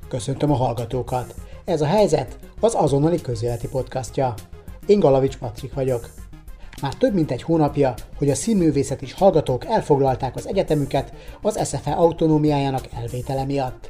Köszöntöm a hallgatókat! Ez a helyzet az azonnali közéleti podcastja. Én Galavics Patrik vagyok. Már több mint egy hónapja, hogy a színművészet is hallgatók elfoglalták az egyetemüket az SFE autonómiájának elvétele miatt.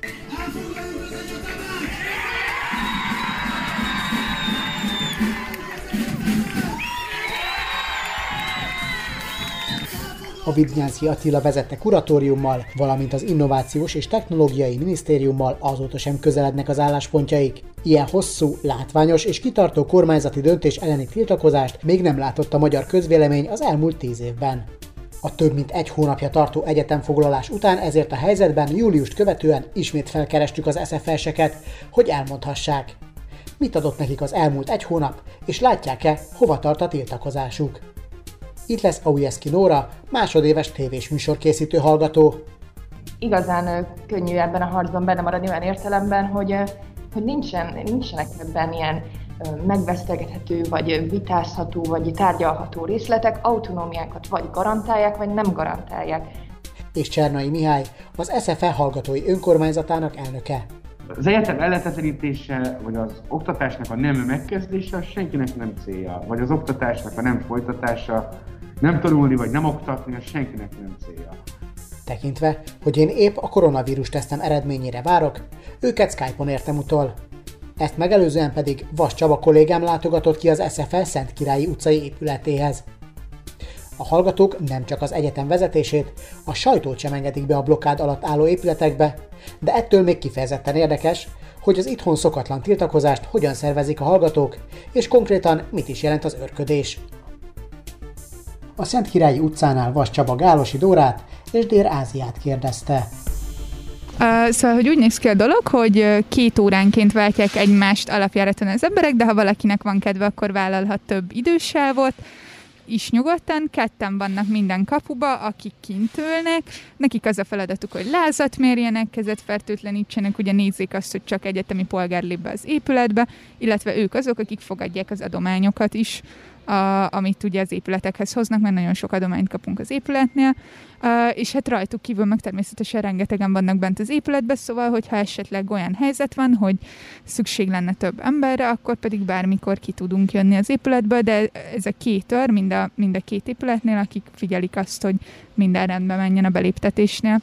A Vidnyánszky Attila vezette kuratóriummal, valamint az Innovációs és Technológiai Minisztériummal azóta sem közelednek az álláspontjaik. Ilyen hosszú, látványos és kitartó kormányzati döntés elleni tiltakozást még nem látott a magyar közvélemény az elmúlt 10 évben. A több mint egy hónapja tartó egyetemfoglalás után ezért a helyzetben júliust követően ismét felkerestük az SFE-seket, hogy elmondhassák. Mit adott nekik az elmúlt egy hónap, és látják-e, hova tart a tiltakozásuk? Itt lesz Aujeszky Nóra, másodéves tévés műsorkészítő hallgató. Igazán könnyű ebben a harcban benne maradni olyan értelemben, hogy nincsenek ebben ilyen megvesztegethető, vagy vitázható, vagy tárgyalható részletek, autonómiákat vagy garantálják, vagy nem garantálják. És Csernai Mihály, az SFE hallgatói önkormányzatának elnöke. Az egyetem ellehetetlenítése, vagy az oktatásnak a nem megkezdése, senkinek nem célja. Vagy az oktatásnak a nem folytatása, nem tanulni, vagy nem oktatni, az senkinek nem célja. Tekintve, hogy én épp a koronavírus tesztem eredményére várok, őket Skype-on értem utol. Ezt megelőzően pedig Vas Csaba kollégám látogatott ki az SFE Szentkirályi utcai épületéhez. A hallgatók nem csak az egyetem vezetését, a sajtót sem engedik be a blokkád alatt álló épületekbe, de ettől még kifejezetten érdekes, hogy az itthon szokatlan tiltakozást hogyan szervezik a hallgatók, és konkrétan mit is jelent az őrködés. A Szentkirályi utcánál Vas Csaba Gálosi Dórát és Dér Áziát kérdezte. Szóval, hogy úgy néz ki a dolog, hogy 2 óránként váltják egymást alapjáraton az emberek, de ha valakinek van kedve, akkor vállalhat több idősávot is nyugodtan, 2 vannak minden kapuba, akik kint ülnek, nekik az a feladatuk, hogy lázat mérjenek, kezet fertőtlenítsenek, ugye nézzék azt, hogy csak egyetemi polgár lép be az épületbe, illetve ők azok, akik fogadják az adományokat is, amit ugye az épületekhez hoznak, mert nagyon sok adományt kapunk az épületnél, és hát rajtuk kívül meg természetesen rengetegen vannak bent az épületben, szóval, hogyha esetleg olyan helyzet van, hogy szükség lenne több emberre, akkor pedig bármikor ki tudunk jönni az épületből, de ez a 2 őr mind a 2 épületnél, akik figyelik azt, hogy minden rendben menjen a beléptetésnél.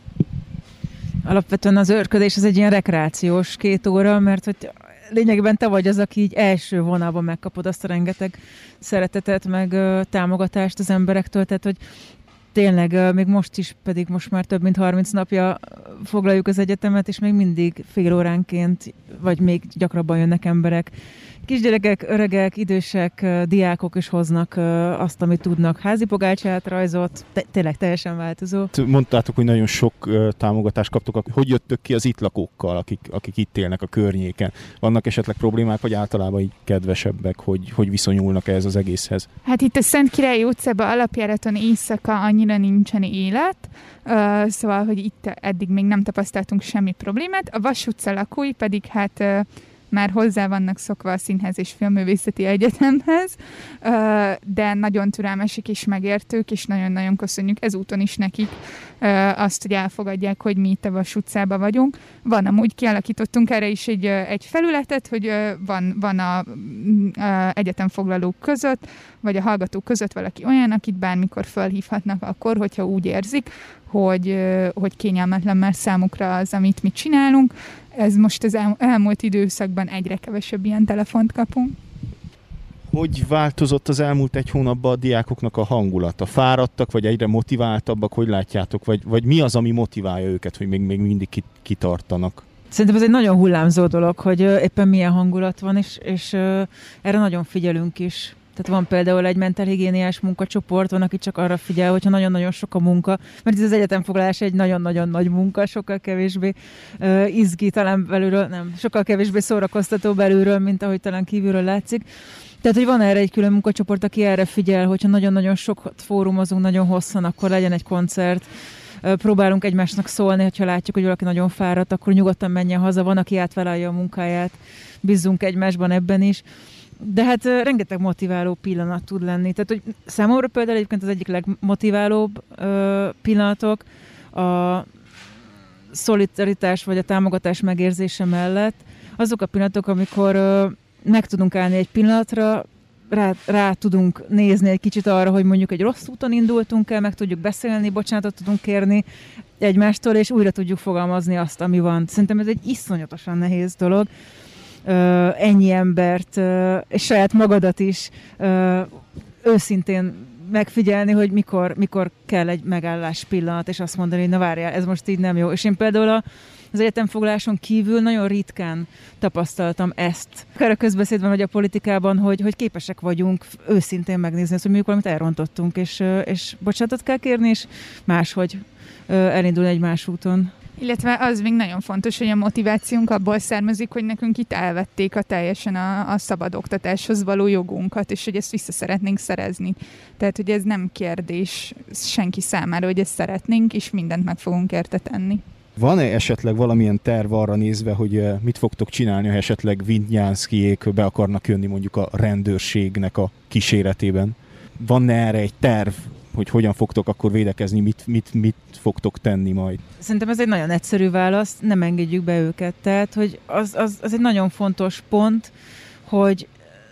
Alapvetően az őrködés az egy ilyen rekreációs 2 óra, mert hogy lényegében te vagy az, aki így első vonalban megkapod azt a rengeteg szeretetet, meg támogatást az emberektől, tehát hogy tényleg még most is, pedig most már több mint 30 napja foglaljuk az egyetemet, és még mindig fél óránként, vagy még gyakrabban jönnek emberek. Kisgyerekek, öregek, idősek, diákok is hoznak azt, amit tudnak. Házi pogácsát, rajzot, tényleg teljesen változó. Mondtátok, hogy nagyon sok támogatást kaptok. Hogy jöttök ki az itt lakókkal, akik itt élnek a környéken? Vannak esetleg problémák, vagy általában így kedvesebbek, hogy viszonyulnak ehhez az egészhez? Hát itt a Szentkirályi utcában alapjáraton éjszaka annyira nincsen élet, szóval, hogy itt eddig még nem tapasztaltunk semmi problémát. A Vas utca lakói pedig hát már hozzá vannak szokva a Színház és Filmművészeti Egyetemhez, de nagyon türelmesek és megértők, és nagyon-nagyon köszönjük ezúton is nekik azt, hogy elfogadják, hogy mi itt a Vas utcában vagyunk. Van amúgy, kialakítottunk erre is egy felületet, hogy van a egyetemfoglalók között, vagy a hallgatók között valaki olyan, akit bármikor felhívhatnak akkor, hogyha úgy érzik, hogy kényelmetlen már számukra az, amit mi csinálunk. Ez most az elmúlt időszakban egyre kevesebb ilyen telefont kapunk. Hogy változott az elmúlt egy hónapban a diákoknak a hangulata? Fáradtak, vagy egyre motiváltabbak? Hogy látjátok? Vagy mi az, ami motiválja őket, hogy még mindig kitartanak? Szerintem ez egy nagyon hullámzó dolog, hogy éppen milyen hangulat van, és erre nagyon figyelünk is. Tehát van például egy mentálhigiéniás munkacsoport, van, aki csak arra figyel, hogyha nagyon-nagyon sok a munka, mert ez az egyetemfoglalás egy nagyon-nagyon nagy munka, sokkal kevésbé izgi talán belülről, nem, sokkal kevésbé szórakoztató belülről, mint ahogy talán kívülről látszik. Tehát, hogy van erre egy külön munkacsoport, aki erre figyel, hogyha nagyon-nagyon sokat fórumozunk, nagyon hosszan, akkor legyen egy koncert. Próbálunk egymásnak szólni, hogyha látjuk, hogy valaki nagyon fáradt, akkor nyugodtan menjen haza, van, aki átvállalja a munkáját, bízzunk egymásban ebben is. De hát rengeteg motiváló pillanat tud lenni. Tehát, hogy számomra például egyébként az egyik legmotiválóbb pillanatok szolidaritás vagy a támogatás megérzése mellett azok a pillanatok, amikor meg tudunk állni egy pillanatra, rá tudunk nézni egy kicsit arra, hogy mondjuk egy rossz úton indultunk el, meg tudjuk beszélni, bocsánatot tudunk kérni egymástól, és újra tudjuk fogalmazni azt, ami van. Szerintem ez egy iszonyatosan nehéz dolog. Ennyi embert, és saját magadat is őszintén megfigyelni, hogy mikor kell egy megállás pillanat, és azt mondani, hogy na várjál, ez most így nem jó. És én például az egyetemfoglaláson kívül nagyon ritkán tapasztaltam ezt. Akár a közbeszédben, vagy a politikában, hogy képesek vagyunk őszintén megnézni azt, hogy mondjuk valamit elrontottunk, és bocsánatot kell kérni, és máshogy elindulni egy más úton. Illetve az még nagyon fontos, hogy a motivációnk abból származik, hogy nekünk itt elvették teljesen a szabad oktatáshoz való jogunkat, és hogy ezt vissza szeretnénk szerezni. Tehát, hogy ez nem kérdés senki számára, hogy ezt szeretnénk, és mindent meg fogunk érte tenni. Van-e esetleg valamilyen terv arra nézve, hogy mit fogtok csinálni, ha esetleg Vidnyánszkijék be akarnak jönni mondjuk a rendőrségnek a kíséretében? Van-e erre egy terv, hogy hogyan fogtok akkor védekezni, mit fogtok tenni majd? Szerintem ez egy nagyon egyszerű válasz, nem engedjük be őket. Tehát, hogy az egy nagyon fontos pont, hogy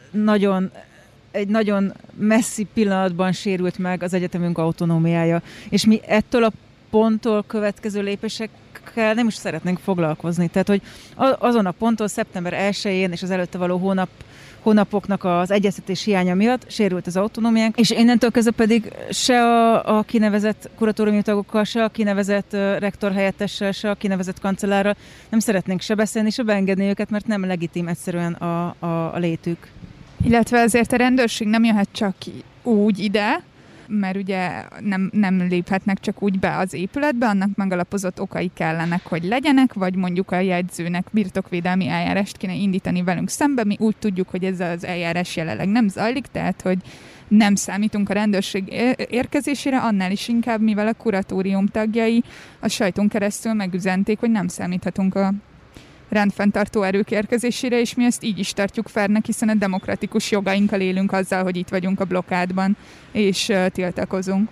egy nagyon messzi pillanatban sérült meg az egyetemünk autonómiája. És mi ettől a ponttól következő lépésekkel nem is szeretnénk foglalkozni. Tehát, hogy azon a ponttól szeptember 1-én és az előtte való hónapoknak az egyeztetés hiánya miatt sérült az autonómiánk, és innentől kezdve pedig se a kinevezett kuratóriumi tagokkal, se a kinevezett rektor helyettessel, se a kinevezett kancellárral nem szeretnénk se beszélni, se beengedni őket, mert nem legitim egyszerűen a létük. Illetve azért a rendőrség nem jöhet csak úgy ide, mert ugye nem léphetnek csak úgy be az épületbe, annak megalapozott okai kellenek, hogy legyenek, vagy mondjuk a jegyzőnek birtokvédelmi eljárást kéne indítani velünk szembe. Mi úgy tudjuk, hogy ez az eljárás jelenleg nem zajlik, tehát hogy nem számítunk a rendőrség érkezésére, annál is inkább, mivel a kuratórium tagjai a sajton keresztül megüzenték, hogy nem számíthatunk a rendfenntartó erők érkezésére, és mi ezt így is tartjuk fernek, hiszen a demokratikus jogainkkal élünk azzal, hogy itt vagyunk a blokádban, és tiltakozunk.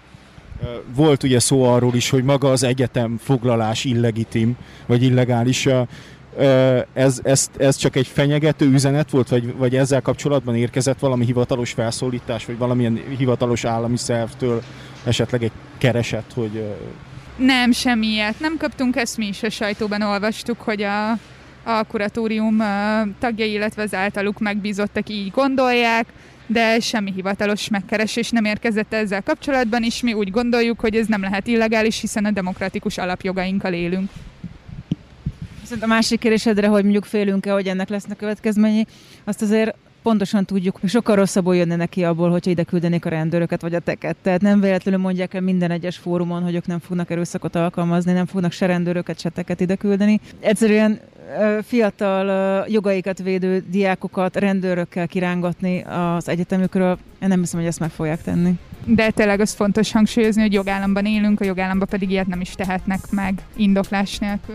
Volt ugye szó arról is, hogy maga az egyetem foglalás illegitim, vagy illegális. Ez csak egy fenyegető üzenet volt, vagy ezzel kapcsolatban érkezett valami hivatalos felszólítás, vagy valamilyen hivatalos állami szervtől esetleg egy kereset, hogy... Nem, semmi ilyet. Nem kaptunk, ezt mi is a sajtóban olvastuk, hogy a kuratórium tagjai, illetve az általuk megbízottak így gondolják, de semmi hivatalos megkeresés nem érkezett ezzel kapcsolatban, és mi úgy gondoljuk, hogy ez nem lehet illegális, hiszen a demokratikus alapjogainkkal élünk. Viszont a másik kérdésedre, hogy mondjuk félünk-e, hogy ennek lesznek következményei, azt azért pontosan tudjuk, hogy sokkal rosszabbul jönne neki abból, hogyha ide küldenék a rendőröket vagy a teket. Tehát nem véletlenül mondják el minden egyes fórumon, hogy ők nem fognak erőszakot alkalmazni, nem fognak se rendőröket, se teket ide küldeni. Egyszerűen fiatal jogaikat védő diákokat rendőrökkel kirángatni az egyetemükről, én nem hiszem, hogy ezt meg fogják tenni. De tényleg az fontos hangsúlyozni, hogy jogállamban élünk, a jogállamban pedig ilyet nem is tehetnek meg indoklás nélkül.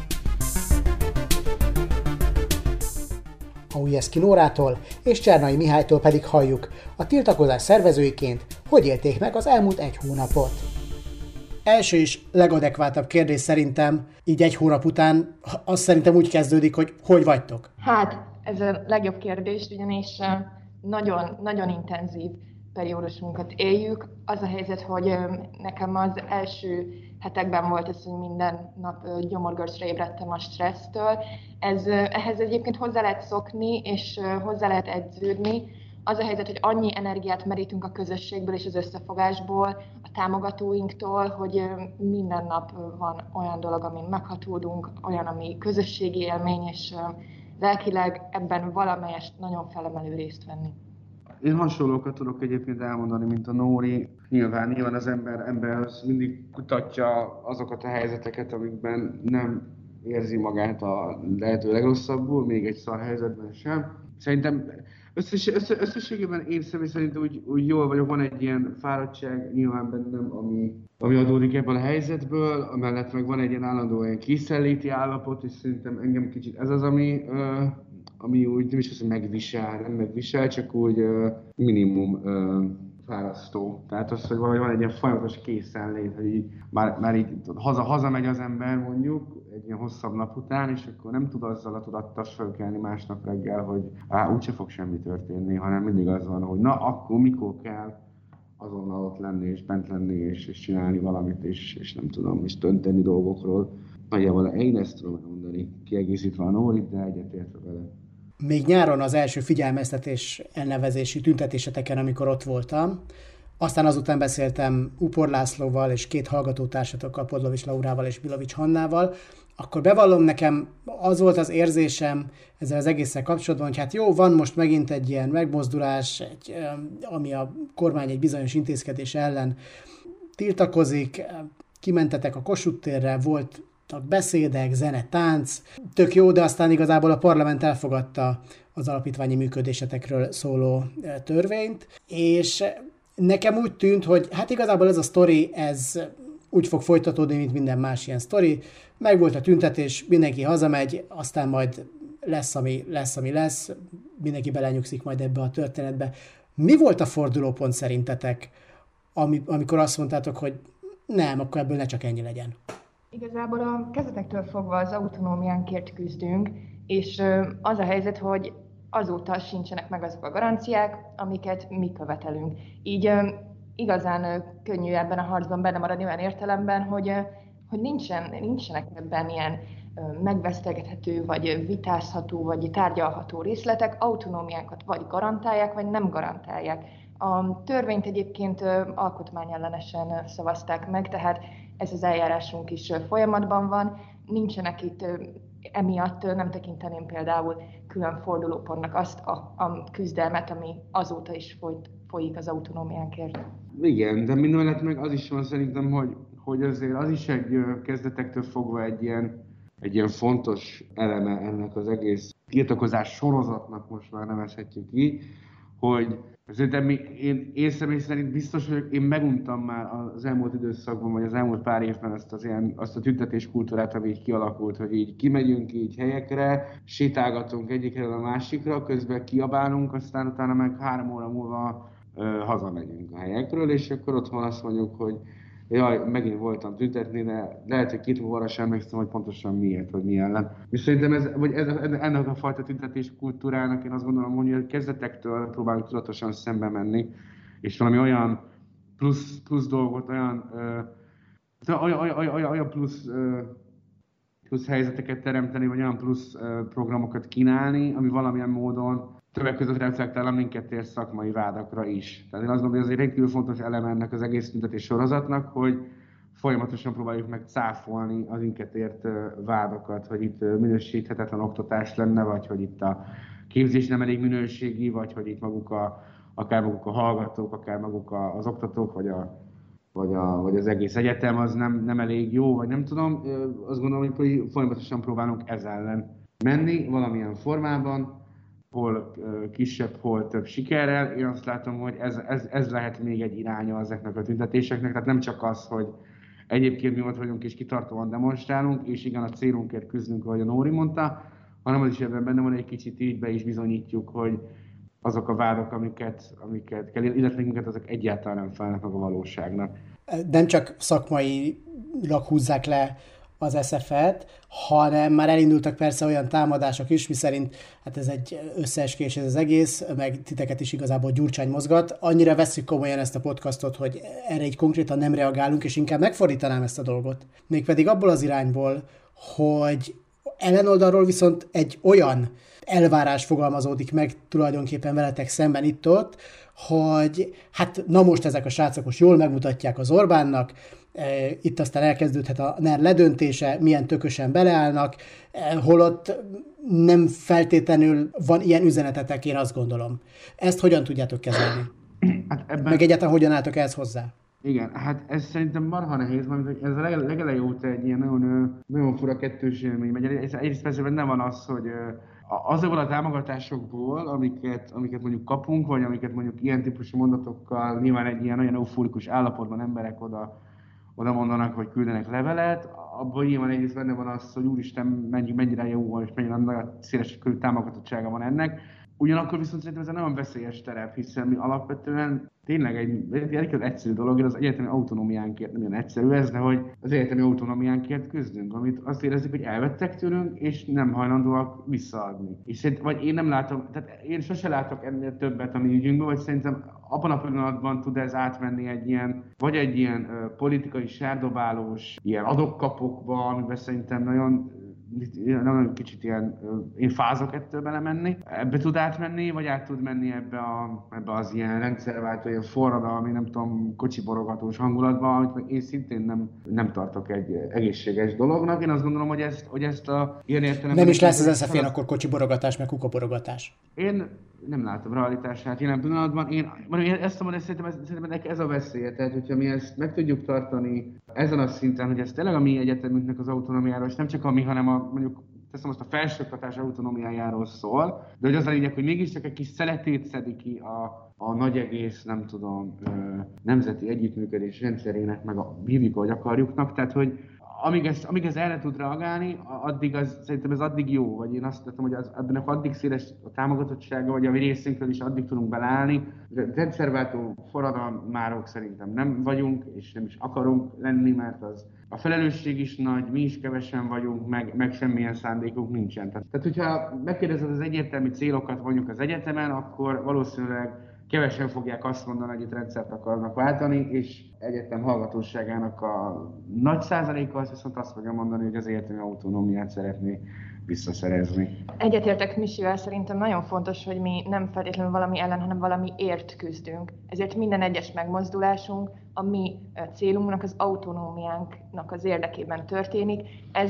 Aujeszki Nórától és Csernai Mihálytól pedig halljuk, a tiltakozás szervezőiként hogy élték meg az elmúlt egy hónapot. Első és legadekvátabb kérdés szerintem, így egy hónap után, azt szerintem úgy kezdődik, hogy hogy vagytok? Hát, ez a legjobb kérdés, ugyanis nagyon, nagyon intenzív periódusunkat éljük. Az a helyzet, hogy nekem az első hetekben volt ez, hogy minden nap gyomorgörcsre ébredtem a stressztől. Ehhez egyébként hozzá lehet szokni, és hozzá lehet edződni. Az a helyzet, hogy annyi energiát merítünk a közösségből és az összefogásból, a támogatóinktól, hogy minden nap van olyan dolog, amin meghatódunk, olyan, ami közösségi élmény, és lelkileg ebben valamelyest nagyon felemelő részt venni. Én hasonlókat tudok egyébként elmondani, mint a Nóri. Nyilván az ember az mindig kutatja azokat a helyzeteket, amikben nem érzi magát a lehető legrosszabbul, még egy szar helyzetben sem. Szerintem összességében én személy szerint úgy jól vagyok, van egy ilyen fáradtság nyilván bennem, ami adódik ebből a helyzetből, amellett meg van egy ilyen állandó ilyen készenléti állapot, és szerintem engem kicsit ez az, ami úgy nem is az, hogy nem megvisel, csak úgy minimum fárasztó. Tehát az, hogy valahogy van egy ilyen folyamatos készenlét, hogy így, már így hazamegy az ember mondjuk egy ilyen hosszabb nap után, és akkor nem tud azzal a tudattal fölkelni másnap reggel, hogy úgyse fog semmi történni, hanem mindig az van, hogy na akkor mikor kell azonnal ott lenni, és bent lenni, és csinálni valamit, és nem tudom, és dönteni dolgokról. Nagyjából én ezt tudom mondani, kiegészítve a Nórit, de egyetértve vele. Még nyáron az első figyelmeztetés elnevezési tüntetéseteken, amikor ott voltam, aztán azután beszéltem Upor Lászlóval és 2 hallgatótársatokkal, Podlovics Laurával és Bilovics Hannával, akkor bevallom, nekem az volt az érzésem ezzel az egésszel kapcsolatban, hogy hát jó, van most megint egy ilyen megmozdulás, ami a kormány egy bizonyos intézkedés ellen tiltakozik, kimentetek a Kossuth térre, voltak beszédek, zene, tánc, tök jó, de aztán igazából a parlament elfogadta az alapítványi működésetekről szóló törvényt, és nekem úgy tűnt, hogy hát igazából ez a sztori, ez úgy fog folytatódni, mint minden más ilyen sztori. Megvolt a tüntetés, mindenki hazamegy, aztán majd lesz, ami lesz, mindenki belenyugszik majd ebbe a történetbe. Mi volt a fordulópont szerintetek, amikor azt mondtátok, hogy nem, akkor ebből ne csak ennyi legyen? Igazából a kezdetektől fogva az autonómiánkért küzdünk, és az a helyzet, hogy azóta sincsenek meg azok a garanciák, amiket mi követelünk. Így igazán könnyű ebben a harcban benne maradni olyan értelemben, hogy nincsenek ebben ilyen megvesztegethető, vagy vitázható, vagy tárgyalható részletek, autonómiánkat vagy garantálják, vagy nem garantálják. A törvényt egyébként alkotmányellenesen szavazták meg, tehát ez az eljárásunk is folyamatban van. Nincsenek itt, emiatt nem tekinteném például külön fordulópontnak azt a küzdelmet, ami azóta is folyik az autonómiánkért. Igen, de mindemellett meg az is van szerintem, hogy azért az is egy kezdetektől fogva egy ilyen fontos eleme ennek az egész tiltakozás sorozatnak, most már nevezhetjük így, hogy szerintem én személy szerint biztos vagyok, én meguntam már az elmúlt időszakban, vagy az elmúlt pár évben azt a tüntetés kultúrát, ami így kialakult, hogy így kimegyünk így helyekre, sétálgatunk egyikre a másikra, közben kiabálunk, aztán utána meg 3 óra múlva hazamegyünk a helyekről, és akkor otthon azt mondjuk, hogy jaj, megint voltam tüntetni, de lehet, hogy 2 óra sem emlékszem, hogy pontosan miért, vagy mi ellen. És szerintem ennek a fajta tüntetés kultúrának én azt gondolom, hogy a kezdetektől próbálunk tudatosan szembe menni, és valami olyan plusz dolgot, olyan plusz helyzeteket teremteni, vagy olyan plusz programokat kínálni, ami valamilyen módon többek között reflektál a minket ér szakmai vádakra is. Tehát én azt gondolom, hogy ez egy rendkívül fontos eleme ennek az egész tüntetés sorozatnak, hogy folyamatosan próbáljuk meg cáfolni az minket ért vádakat, hogy itt minősíthetetlen oktatás lenne, vagy hogy itt a képzés nem elég minőségi, vagy hogy itt akár maguk a hallgatók, akár maguk az oktatók, vagy az egész egyetem az nem elég jó, vagy nem tudom. Azt gondolom, hogy folyamatosan próbálunk ez ellen menni valamilyen formában, hol kisebb, hol több sikerrel. Én azt látom, hogy ez lehet még egy iránya ezeknek a tüntetéseknek. Tehát nem csak az, hogy egyébként mi ott vagyunk és kitartóan demonstrálunk, és igen, a célunkért küzdünk, ahogy a Nóri mondta, hanem az is ebben benne van, egy kicsit így be is bizonyítjuk, hogy azok a vádak, amiket kell, illetve minket, azok egyáltalán nem felelnek meg a valóságnak. Nem csak szakmailag húzzák le az SF-et, hanem már elindultak persze olyan támadások is, miszerint hát ez egy összeeskés ez az egész, meg titeket is igazából Gyurcsány mozgat. Annyira vesszük komolyan ezt a podcastot, hogy erre így konkrétan nem reagálunk, és inkább megfordítanám ezt a dolgot. Mégpedig abból az irányból, hogy ellenoldalról viszont egy olyan elvárás fogalmazódik meg tulajdonképpen veletek szemben itt-ott, hogy hát na most ezek a srácok most jól megmutatják az Orbánnak, itt aztán elkezdődhet a NER ledöntése, milyen tökösen beleállnak, holott nem feltétlenül van ilyen üzenetetek, én azt gondolom. Ezt hogyan tudjátok kezelni? Hát meg egyáltalán hogyan álltok ehhez hozzá? Igen, hát ez szerintem marha nehéz, mert ez a legelején óta egy ilyen nagyon fura kettős élmény megy. Egyrészt persze benne van az, hogy azokból a támogatásokból, amiket mondjuk kapunk, vagy amiket mondjuk ilyen típusú mondatokkal, nyilván egy ilyen nagyon euforikus állapotban emberek oda mondanak, hogy küldenek levelet, abban nyilván egyrészt benne van az, hogy úristen, mennyire jó van, és mennyire nagyon széles körű támogatottsága van ennek. Ugyanakkor viszont szerintem ez egy nagyon veszélyes terep, hiszen mi alapvetően tényleg egy egyszerű dolog, az egyetemi autonómiánkért, nem ilyen egyszerű ez, de hogy az egyetemi autonómiánkért küzdünk, amit azt érezzük, hogy elvettek tőlünk, és nem hajlandóak visszaadni. És vagy én nem látom, tehát én sose látok ennél többet a mi ügyünkből, vagy szerintem abban a pillanatban tud ez átmenni egy ilyen politikai sárdobálós, ilyen adok-kapokba, amiben szerintem nagyon kicsit ilyen, én fázok ettől belemenni. Ebbe tud átmenni, vagy át tud menni ebbe az ilyen rendszerváltó, ilyen forradalmi, nem tudom, kocsiborogatós hangulatba, amit én szintén nem tartok egy egészséges dolognak. Én azt gondolom, hogy ezt a ilyen értelemben... Nem is lesz az SZF-én akkor kocsiborogatás, meg kukaborogatás. Én nem látom realitását jelen pillanatban. Én ezt mondom, szerintem ez a veszélye. Tehát, hogyha mi ezt meg tudjuk tartani ezen a szinten, hogy ez tényleg a mi egyetemünknek az autonómiáról, és nem csak a mi, hanem mondjuk teszem azt a felsőoktatás autonómiájáról szól, de hogy az a lényeg, hogy mégiscsak egy kis szeletét szedi ki a nagy egész, nem tudom, nemzeti együttműködés rendszerének, meg hívjuk, ahogy akarjuknak. Tehát, hogy amíg ez erre tud reagálni, szerintem ez addig jó, vagy én azt látom, hogy ebben addig széles a támogatottsága, vagy a mi részünkről is addig tudunk beleállni. Rendszerváltó forradalmárok szerintem nem vagyunk, és nem is akarunk lenni, mert a felelősség is nagy, mi is kevesen vagyunk, meg semmilyen szándékunk nincsen. Tehát, hogyha megkérdezed az egyértelmű célokat mondjuk az egyetemen, akkor valószínűleg kevesen fogják azt mondani, hogy itt rendszert akarnak váltani, és egyetem hallgatóságának a nagy százaléka az viszont azt fogja mondani, hogy az egyetemi autonómiát szeretné visszaszerezni. Egyetértek Misivel, szerintem nagyon fontos, hogy mi nem feltétlenül valami ellen, hanem valamiért küzdünk. Ezért minden egyes megmozdulásunk a mi célunknak, az autonómiánknak az érdekében történik.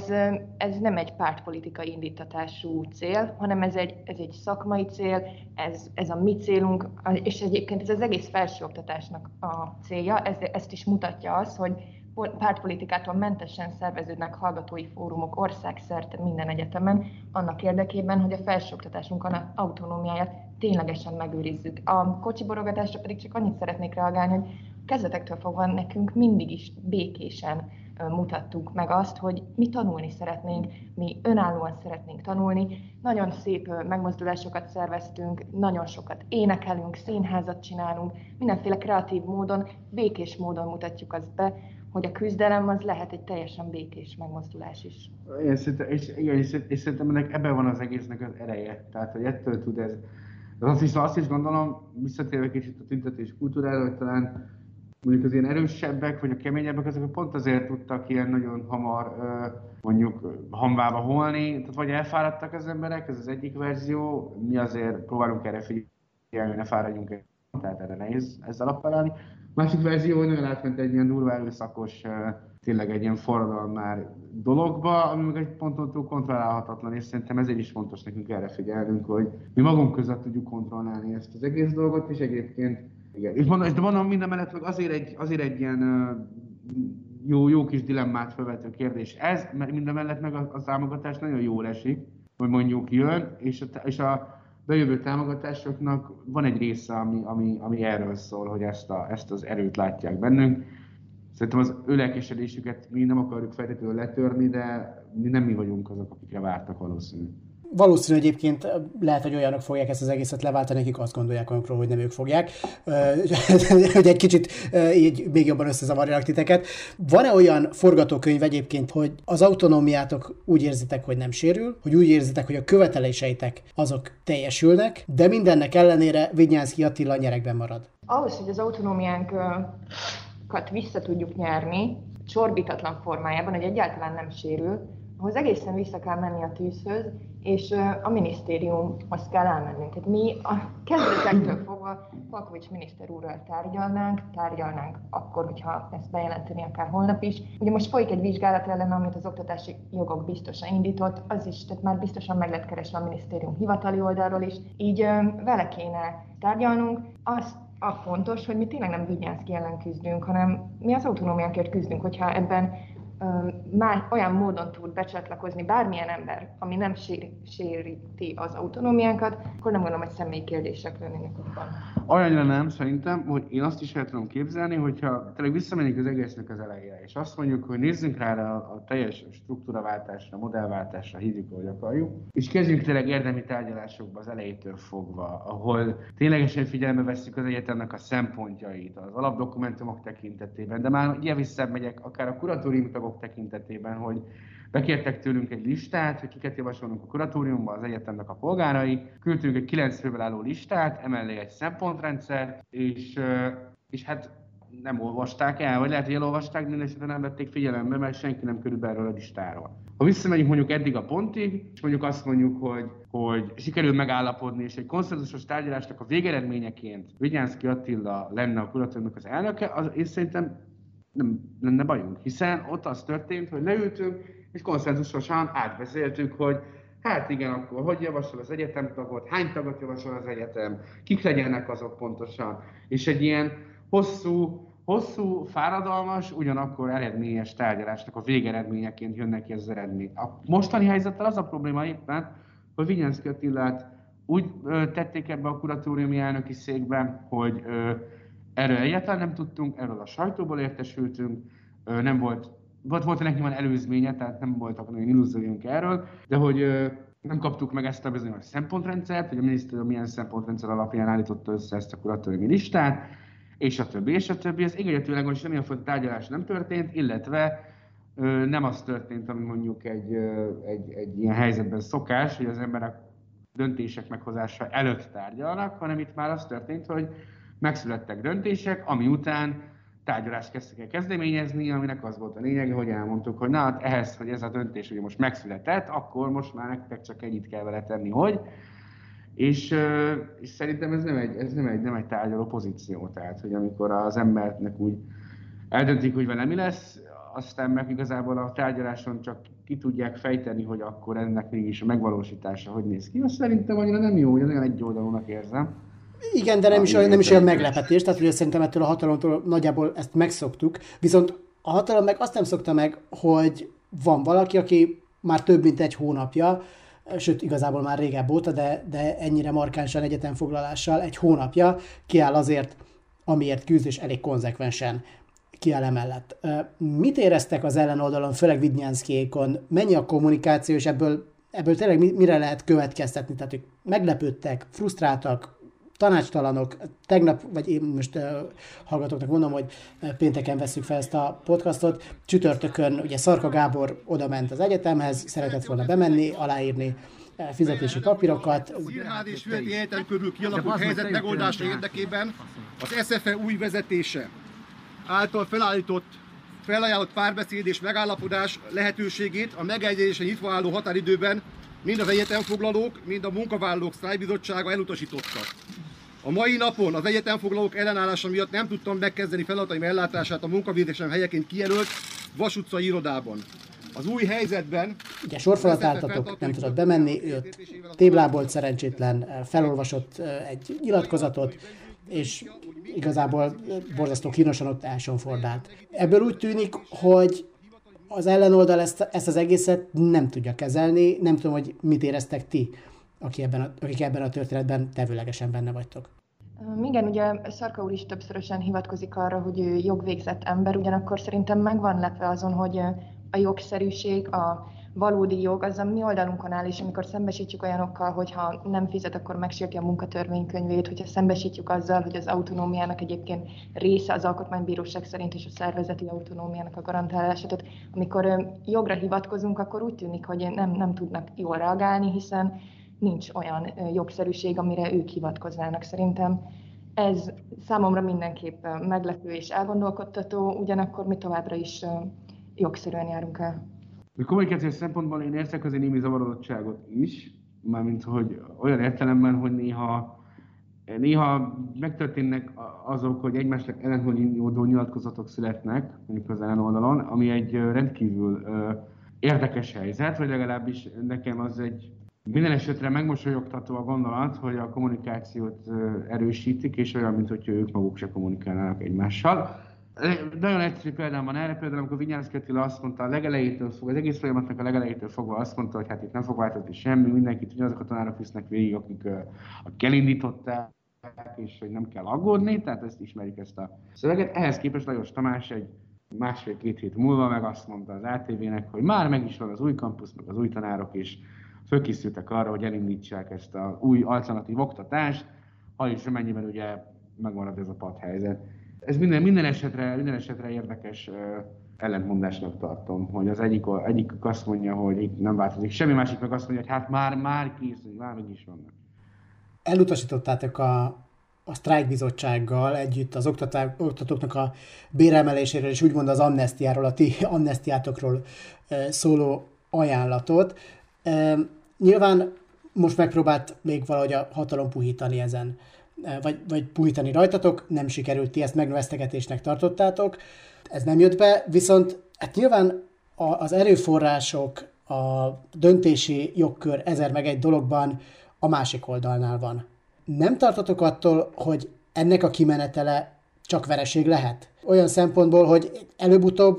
Ez nem egy pártpolitikai indítatású cél, hanem ez egy szakmai cél, ez a mi célunk, és egyébként ez az egész felsőoktatásnak a célja. Ezt is mutatja az, hogy pártpolitikától mentesen szerveződnek hallgatói fórumok országszerte minden egyetemen, annak érdekében, hogy a felsőoktatásunk autonómiáját ténylegesen megőrizzük. A kocsiborogatásra pedig csak annyit szeretnék reagálni, hogy kezdetektől fogva nekünk mindig is békésen mutattuk meg azt, hogy mi tanulni szeretnénk, mi önállóan szeretnénk tanulni. Nagyon szép megmozdulásokat szerveztünk, nagyon sokat énekelünk, színházat csinálunk, mindenféle kreatív módon, békés módon mutatjuk azt be, hogy a küzdelem az lehet egy teljesen békés megmozdulás is. És szerintem ebben van az egésznek az ereje. Tehát, hogy ettől tud ez. Azt is gondolom, visszatérve kicsit a tüntetés kultúrára, hogy talán mondjuk az ilyen erősebbek, vagy a keményebbek, azok pont azért tudtak ilyen nagyon hamar mondjuk hamvába holni, tehát vagy elfáradtak az emberek, ez az egyik verzió, mi azért próbálunk erre figyelni, hogy ne fáradjunk el, tehát erre nehéz ezzel appellálni. Másik verzió, hogy nagyon átment egy ilyen durva erőszakos, tényleg egy ilyen forradalmár dologba, ami meg egy ponton túl kontrollálhatatlan, és szerintem ezért is fontos nekünk erre figyelnünk, hogy mi magunk között tudjuk kontrollálni ezt az egész dolgot, és egyébként igen. És mondom minden mellett, hogy azért egy ilyen jó kis dilemmát felvető kérdés ez, mert minden mellett meg a támogatás nagyon jól esik, hogy mondjuk jön, és a bejövő támogatásoknak van egy része, ami erről szól, hogy ezt az erőt látják bennünk. Szerintem az ő lelkesedésüket mi nem akarjuk feltétlenül letörni, de nem mi vagyunk azok, akikre vártak valószínű. Valószínű egyébként lehet, hogy olyanok fogják ezt az egészet leváltani, akik azt gondolják olyanokról, hogy nem ők fogják, hogy egy kicsit így még jobban összezavarjanak titeket. Van-e olyan forgatókönyv egyébként, hogy az autonómiátok úgy érzitek, hogy nem sérül, hogy úgy érzitek, hogy a követeléseitek azok teljesülnek, de mindennek ellenére Vidnyánszky Attila nyeregben marad? Ahhoz, hogy az autonómiánkat vissza tudjuk nyerni, csorbítatlan formájában, hogy egyáltalán nem sérül, ahhoz egészen vissza kell menni a tűzhöz, és a minisztériumhoz kell elmennünk. Tehát mi a kezdetektől fogva Palkovics miniszter úrral tárgyalnánk akkor, hogyha ezt bejelenteni akár holnap is. Ugye most folyik egy vizsgálat ellen, amit az oktatási jogok biztosan indított, az is, tehát már biztosan meg lett keresve a minisztérium hivatali oldalról is, így vele kéne tárgyalnunk. Az a fontos, hogy mi tényleg nem Vidnyánszky ellen küzdünk, hanem mi az autonómiánkért küzdünk, hogyha ebben olyan módon tud becsatlakozni bármilyen ember, ami nem séríti az autonómiánkat, akkor nem gondolom, hogy személyi kérdések lennének abban. Olyanra nem, szerintem, hogy én azt is el tudom képzelni, hogyha tényleg visszamegyünk az egésznek az elejére, és azt mondjuk, hogy nézzünk rá a teljes struktúraváltásra, modellváltásra, hívjuk, ahogy akarjuk, és kezdjünk tényleg érdemi tárgyalásokba az elejétől fogva, ahol ténylegesen figyelembe vesszük az egyetemnek a szempontjait, az alapdokumentumok tekintetében, de már ilyen visszamegyek, akár a kuratóriumi tagok tekintetében, hogy bekértek tőlünk egy listát, hogy kiket javasolunk a kuratóriumba az egyetemnek a polgárai, küldtünk egy 9 fővel álló listát, emellé egy szempontrendszert, és hát nem olvasták el, vagy lehet, hogy elolvasták, de esetben nem vették figyelembe, mert senki nem kerül be erről a listáról. Ha visszamegyünk mondjuk eddig a pontig, és mondjuk azt mondjuk, hogy sikerül megállapodni, és egy konszenzusos tárgyalásnak a végeredményeként Vigyánszky Attila lenne a kuratóriumnak az elnöke, én szerintem nem lenne bajunk, hiszen ott az történt, hogy leültünk, és konszenzusosan átbeszéltük, hogy hát igen, akkor hogy javasol az egyetem tagot, hány tagot javasol az egyetem, kik legyenek azok pontosan, és egy ilyen hosszú, fáradalmas, ugyanakkor eredményes tárgyalásnak a végeredményeként jön neki ez az eredmény. A mostani helyzettel az a probléma éppen, hogy Vigyánszky Attilát úgy tették ebbe a kuratóriumi elnöki székbe, hogy erről egyáltalán nem tudtunk, erről a sajtóból értesültünk, nem volt neki van előzménye, tehát nem voltak nagyon illúzióink erről, de hogy nem kaptuk meg ezt a bizonyos szempontrendszert, hogy a minisztérium milyen szempontrendszer alapján állította össze ezt a kuratóriumi listát, és a többi. Az égetőleg, hogy semmilyen fajta tárgyalás nem történt, illetve nem az történt, ami mondjuk egy ilyen helyzetben szokás, hogy az emberek döntések meghozása előtt tárgyalnak, hanem itt már az történt, hogy megszülettek döntések, ami után tárgyalást kezdtek el kezdeményezni, aminek az volt a lényege, hogy elmondtuk, hogy na, hát ehhez, hogy ez a döntés ugye most megszületett, akkor most már nektek csak ennyit kell vele tenni, hogy. És szerintem ez nem egy tárgyaló pozíció, tehát hogy amikor az embernek úgy eldöntik, hogy vele mi lesz, aztán meg igazából a tárgyaláson csak ki tudják fejteni, hogy akkor ennek mégis a megvalósítása hogy néz ki. Azt szerintem annyira nem jó, hogy olyan egyoldalúnak érzem. Igen, de nem is olyan meglepetés, tehát ugye szerintem ettől a hatalomtól nagyjából ezt megszoktuk, viszont a hatalom meg azt nem szokta meg, hogy van valaki, aki már több mint egy hónapja, sőt igazából már régebb óta, de ennyire markánsan egyetemfoglalással egy hónapja kiáll azért, amiért küzd, és elég konzekvensen kiáll emellett. Mit éreztek az ellenoldalon, főleg Vidnyánszkyékon? Mennyi a kommunikáció, és ebből tényleg mire lehet következtetni? Tehát ők meglepődtek, frusztráltak, tanácstalanok. Tegnap, vagy én most hallgatóknak mondom, hogy pénteken vesszük fel ezt a podcastot. Csütörtökön ugye Szarka Gábor oda ment az egyetemhez, szeretett volna bemenni, aláírni fizetési papírokat. Az Irhád és Völgyi Egyetem körül kialakult helyzet megoldása érdekében az SZFE új vezetése által felajánlott párbeszéd és megállapodás lehetőségét a megegyezésen nyitva álló határidőben mind az egyetemfoglalók, mind a munkavállalók sztrájkbizottsága elutasította. A mai napon az egyetemfoglalók ellenállása miatt nem tudtam megkezdeni feladataim ellátását a munkavégzésem helyeként kijelölt Vas utcai irodában. Az új helyzetben... Ugye sorfalat álltatok, nem tudott bemenni, ő téblából szerencsétlen, felolvasott egy nyilatkozatot, és igazából borzasztó kínosan ott elsonfordált. Ebből úgy tűnik, hogy az ellenoldal ezt az egészet nem tudja kezelni, nem tudom, hogy mit éreztek ti, akik ebben a történetben tevőlegesen benne vagytok. Igen, ugye Szarka úr is többszörösen hivatkozik arra, hogy ő jogvégzett ember, ugyanakkor szerintem meg van lepve azon, hogy a jogszerűség, a valódi jog az a mi oldalunkon áll, és amikor szembesítjük olyanokkal, hogyha nem fizet, akkor megsérti a munkatörvénykönyvét, hogyha szembesítjük azzal, hogy az autonómiának egyébként része az alkotmánybíróság szerint és a szervezeti autonómiának a garantálása. Tehát amikor jogra hivatkozunk, akkor úgy tűnik, hogy nem tudnak jól reagálni, hiszen nincs olyan jogszerűség, amire ők hivatkoznának. Szerintem ez számomra mindenképp meglepő és elgondolkodtató, ugyanakkor mi továbbra is jogszerűen járunk el. A kommunikációs szempontból én érzek azért némi zavarodottságot is, mármint hogy olyan értelemben, hogy néha megtörténnek azok, hogy egymásnak ellentmondó nyilatkozatok születnek, mondjuk az ellenoldalon, ami egy rendkívül érdekes helyzet, vagy legalábbis nekem az egy minden esetre megmosolyogtató a gondolat, hogy a kommunikációt erősítik, és olyan, mint hogyha ők maguk se kommunikálnának egymással. Nagyon egyszerű példám van erre, például amikor Vinyánszky Attila azt mondta a legelejétől fogva, az egész folyamatnak a legelejétől fogva azt mondta, hogy hát itt nem fog változni semmi, mindenkit ugyanazok a tanárok visznek végig, akik elindították, és hogy nem kell aggódni, tehát ezt ismerjük ezt a szöveget. Ehhez képest Lajos Tamás egy másfél-két hét múlva meg azt mondta az ATV-nek, hogy már meg is van az új kampusz, meg az új tanárok is fölkészültek arra, hogy elindítsák ezt az új alternatív oktatást, ha és amennyiben ugye megmarad ez a padhelyzet. Ez minden esetre érdekes ellentmondásnak tartom, hogy az egyik azt mondja, hogy itt nem változik semmi, másik meg azt mondja, hogy hát már készül, már meg is vannak. Elutasítottátok a sztrájkbizottsággal együtt az oktatóknak a béremeléséről, és úgymond az amnesztiáról, a ti amnesztiátokról szóló ajánlatot. Nyilván most megpróbált még valahogy a hatalom puhítani ezen, vagy puhítani rajtatok, nem sikerült, ti ezt megvesztegetésnek tartottátok, ez nem jött be, viszont hát nyilván az erőforrások, a döntési jogkör 1000 dologban a másik oldalnál van. Nem tartotok attól, hogy ennek a kimenetele csak vereség lehet? Olyan szempontból, hogy előbb-utóbb,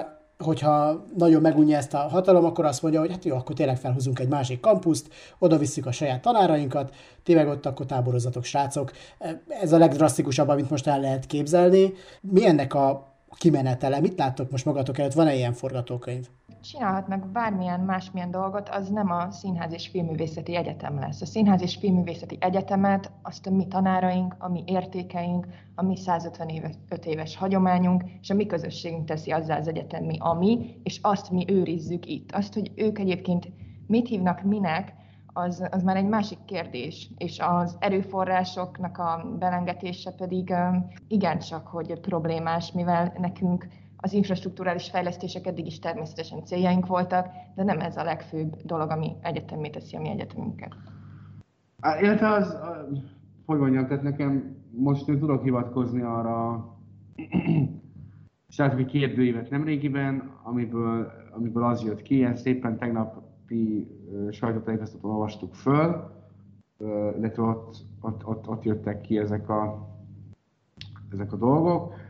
hogyha nagyon megunja ezt a hatalom, akkor azt mondja, hogy hát jó, akkor tényleg felhúzunk egy másik kampuszt, oda visszük a saját tanárainkat, ti meg ott akkor táborozatok, srácok. Ez a legdrasztikusabb, amit most el lehet képzelni. Mi ennek a kimenetele? Mit láttok most magatok előtt? Van-e ilyen forgatókönyv? Csinálhatnak bármilyen másmilyen dolgot, az nem a Színház és Filmművészeti Egyetem lesz. A Színház és Filmművészeti Egyetemet azt a mi tanáraink, a mi értékeink, a mi 155 éves hagyományunk, és a mi közösségünk teszi azzá az egyetemi, ami, és azt mi őrizzük itt. Azt, hogy ők egyébként mit hívnak minek, az már egy másik kérdés, és az erőforrásoknak a belengetése pedig igencsak, hogy problémás, mivel nekünk az infrastrukturális fejlesztések eddig is természetesen céljaink voltak, de nem ez a legfőbb dolog, ami egyetemmé teszi a mi egyetemünket. Illetve hogy mondjam, tehát nekem most tudok hivatkozni arra, csináltuk egy kérdőívet nemrégiben, amiből az jött ki, ilyen szépen tegnapi sajtótájékoztatón olvastuk föl, illetve ott jöttek ki ezek a dolgok.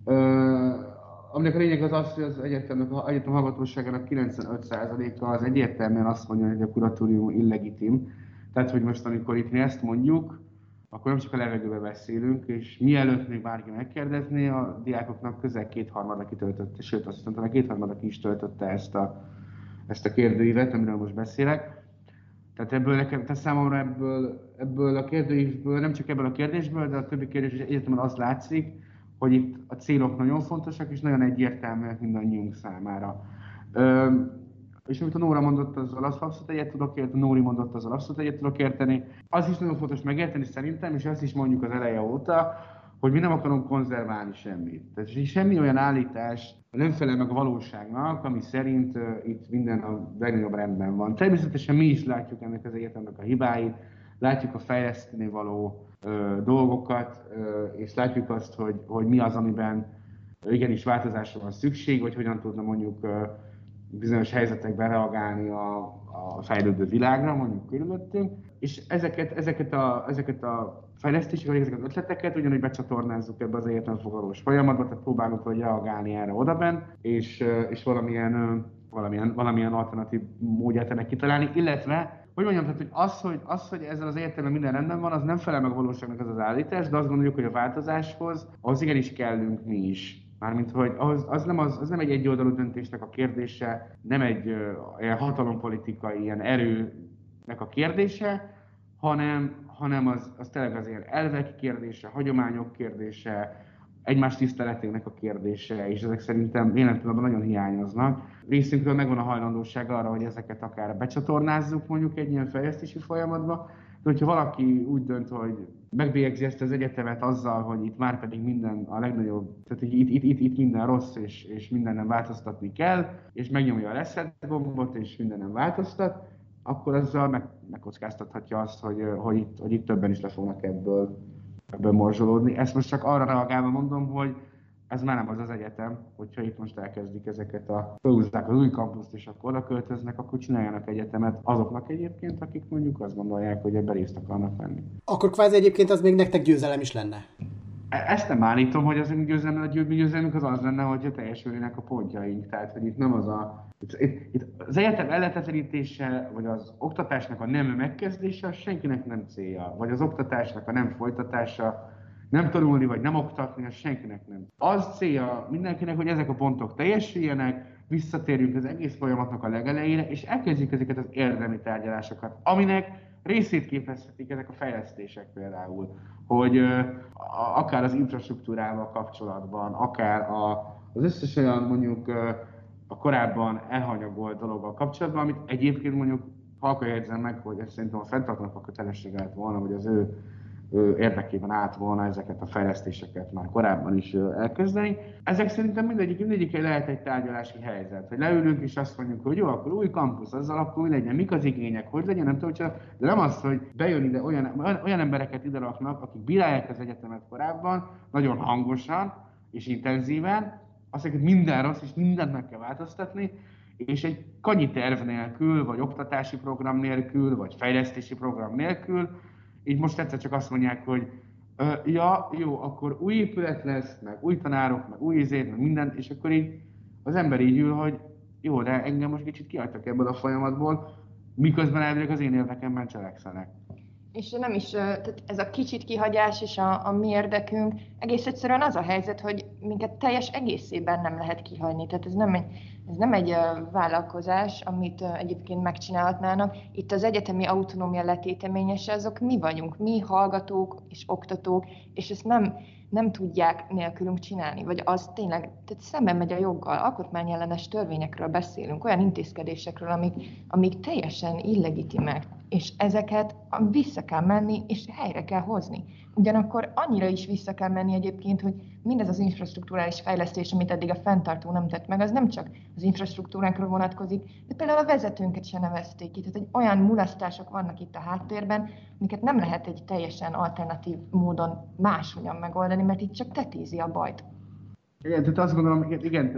Aminek a lényeg az, hogy az egyetem hallgatóságának 95%-a az egyértelműen azt mondja, hogy a kuratórium illegitim. Tehát, hogy most amikor itt mi ezt mondjuk, akkor nem csak a levegőbe beszélünk, és mielőtt még bárki megkérdezné, a diákoknak közel kétharmada kitöltötte, sőt azt hiszem, talán kétharmada ki is töltötte ezt a kérdőívet, amiről most beszélek. Tehát számomra ebből a kérdőívből, nem csak ebből a kérdésből, de a többi kérdés is egyetemen az látszik, hogy itt a célok nagyon fontosak és nagyon egyértelműek mindannyiunk számára. És amit a Nóra mondott, azzal abszolút egyet tudok érteni, a Nóri mondott, azzal abszolút egyet tudok érteni. Az is nagyon fontos megérteni szerintem, és ezt is mondjuk az eleje óta, hogy mi nem akarunk konzerválni semmit. Tehát semmi olyan állítás nem felel meg a valóságnak, ami szerint itt minden a legnagyobb rendben van. Természetesen mi is látjuk ennek az egyetemnek a hibáit, látjuk a fejleszteni való dolgokat, és látjuk azt, hogy mi az, amiben igenis változásra van szükség, vagy hogyan tudna mondjuk bizonyos helyzetekben reagálni a fejlődő világra, mondjuk körülöttünk. És ezeket a fejlesztéseket, vagy ezeket az ötleteket ugyanúgy becsatornázzuk ebbe az egyetemfogalós folyamatba, tehát próbálunk hogy reagálni erre odabenn, és valamilyen alternatív módját ennek kitalálni, illetve hogy mondjam, tehát, hogy hogy ezzel az egyetemen minden rendben van, az nem felel meg a valóságnak az állítás, de azt gondoljuk, hogy a változáshoz ahhoz igenis kellünk mi is. Mármint, hogy az nem egy egyoldalú döntésnek a kérdése, nem egy ilyen hatalompolitikai ilyen erőnek a kérdése, hanem az tényleg az ilyen elvek kérdése, hagyományok kérdése, egymás tiszteletének a kérdése, és ezek szerintem jelen pillanatban nagyon hiányoznak. Részünkről megvan a hajlandóság arra, hogy ezeket akár becsatornázzuk mondjuk egy ilyen fejlesztési folyamatba, de hogyha valaki úgy dönt, hogy megbélyegzi ezt az egyetemet azzal, hogy itt már pedig minden a legnagyobb, tehát itt minden rossz, és mindennen változtatni kell, és megnyomja a reset gombot, és mindennen változtat, akkor azzal megkockáztathatja azt, hogy itt többen is le fognak ebből morzsolódni. Ezt most csak arra reagálva mondom, hogy ez már nem az egyetem, hogyha itt most elkezdik felhúzzák az új kampuszt, és akkor oda költöznek, akkor csináljanak egyetemet azoknak egyébként, akik mondjuk azt gondolják, hogy ebben részt akarnak venni. Akkor kvázi egyébként az még nektek győzelem is lenne? Ezt nem állítom, hogy az mi győzelmünk az lenne, hogyha teljesülnének a pontjaink. Tehát, hogy itt nem az itt az egyetem ellehetetlenítése, vagy az oktatásnak a nem megkezdése, az senkinek nem célja. Vagy az oktatásnak a nem folytatása, nem tanulni, vagy nem oktatni, az senkinek nem. Az célja mindenkinek, hogy ezek a pontok teljesüljenek, visszatérjünk az egész folyamatnak a legelejére, és elkezdjük ezeket az érdemi tárgyalásokat, aminek részét képezhetik ezek a fejlesztések például, hogy akár az infrastruktúrával kapcsolatban, akár az összes olyan mondjuk a korábban elhanyagolt dologgal kapcsolatban, amit egyébként mondjuk halkan jegyzem meg, hogy ez szerintem a fenntartónak a kötelessége lett volna, hogy az ő érdekében állt volna ezeket a fejlesztéseket már korábban is elkezdeni. Ezek szerintem mindegyik lehet egy tárgyalási helyzet, hogy leülünk és azt mondjuk, hogy jó, akkor új kampusz, azzal akkor mi legyen, mik az igények, hogy legyen, nem tudom, de nem az, hogy bejön ide olyan embereket ide raknak, akik bírálják az egyetemet korábban, nagyon hangosan és intenzíven, azt mondják, hogy minden rossz és mindent meg kell változtatni, és egy kanyi terv nélkül, vagy oktatási program nélkül, vagy fejlesztési program nélkül, így most egyszer csak azt mondják, hogy ja, jó, akkor új épület lesz, meg új tanárok, meg új izét, meg mindent, és akkor így az ember így ül, hogy jó, de engem most kicsit kihagytak ebből a folyamatból, miközben elvileg az én érdekemben cselekszenek. És nem is, tehát ez a kicsit kihagyás és a mi érdekünk, egész egyszerűen az a helyzet, hogy minket teljes egészében nem lehet kihagyni. Tehát ez nem egy vállalkozás, amit egyébként megcsinálhatnának. Itt az egyetemi autonómia letéteményese, azok mi vagyunk, mi hallgatók és oktatók, és ezt nem tudják nélkülünk csinálni. Vagy az tényleg, tehát szemben megy a joggal, alkotmányellenes törvényekről beszélünk, olyan intézkedésekről, amik teljesen illegitimek, és ezeket vissza kell menni, és helyre kell hozni. Ugyanakkor annyira is vissza kell menni egyébként, hogy mindez az infrastruktúrális fejlesztés, amit eddig a fenntartó nem tett meg, az nem csak az infrastruktúránkra vonatkozik, de például a vezetőnket se nevezték ki. Tehát olyan mulasztások vannak itt a háttérben, amiket nem lehet egy teljesen alternatív módon máshogyan megoldani, mert itt csak tetézi a bajt. Igen, tehát azt gondolom,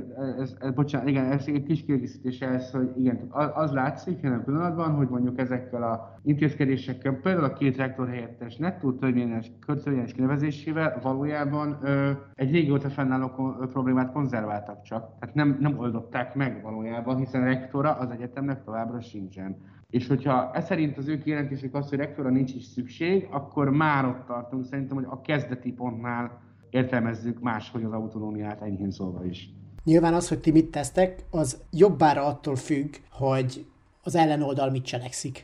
ez egy kis kiegészítés ehhez, hogy igen, az látszik jelen pillanatban, hogy mondjuk ezekkel az intézkedésekkel, például a 2 rektor helyettes nettó törvényes kinevezésével valójában egy régóta fennálló problémát konzerváltak csak. Tehát nem oldották meg valójában, hiszen rektora az egyetemnek továbbra sincsen. És hogyha ez szerint az ő kijelentésük az, hogy rektora nincs is szükség, akkor már ott tartunk szerintem, hogy a kezdeti pontnál értelmezzük máshogy az autonómiát, enyhén szólva is. Nyilván az, hogy ti mit tesztek, az jobbára attól függ, hogy az ellenoldal mit cselekszik.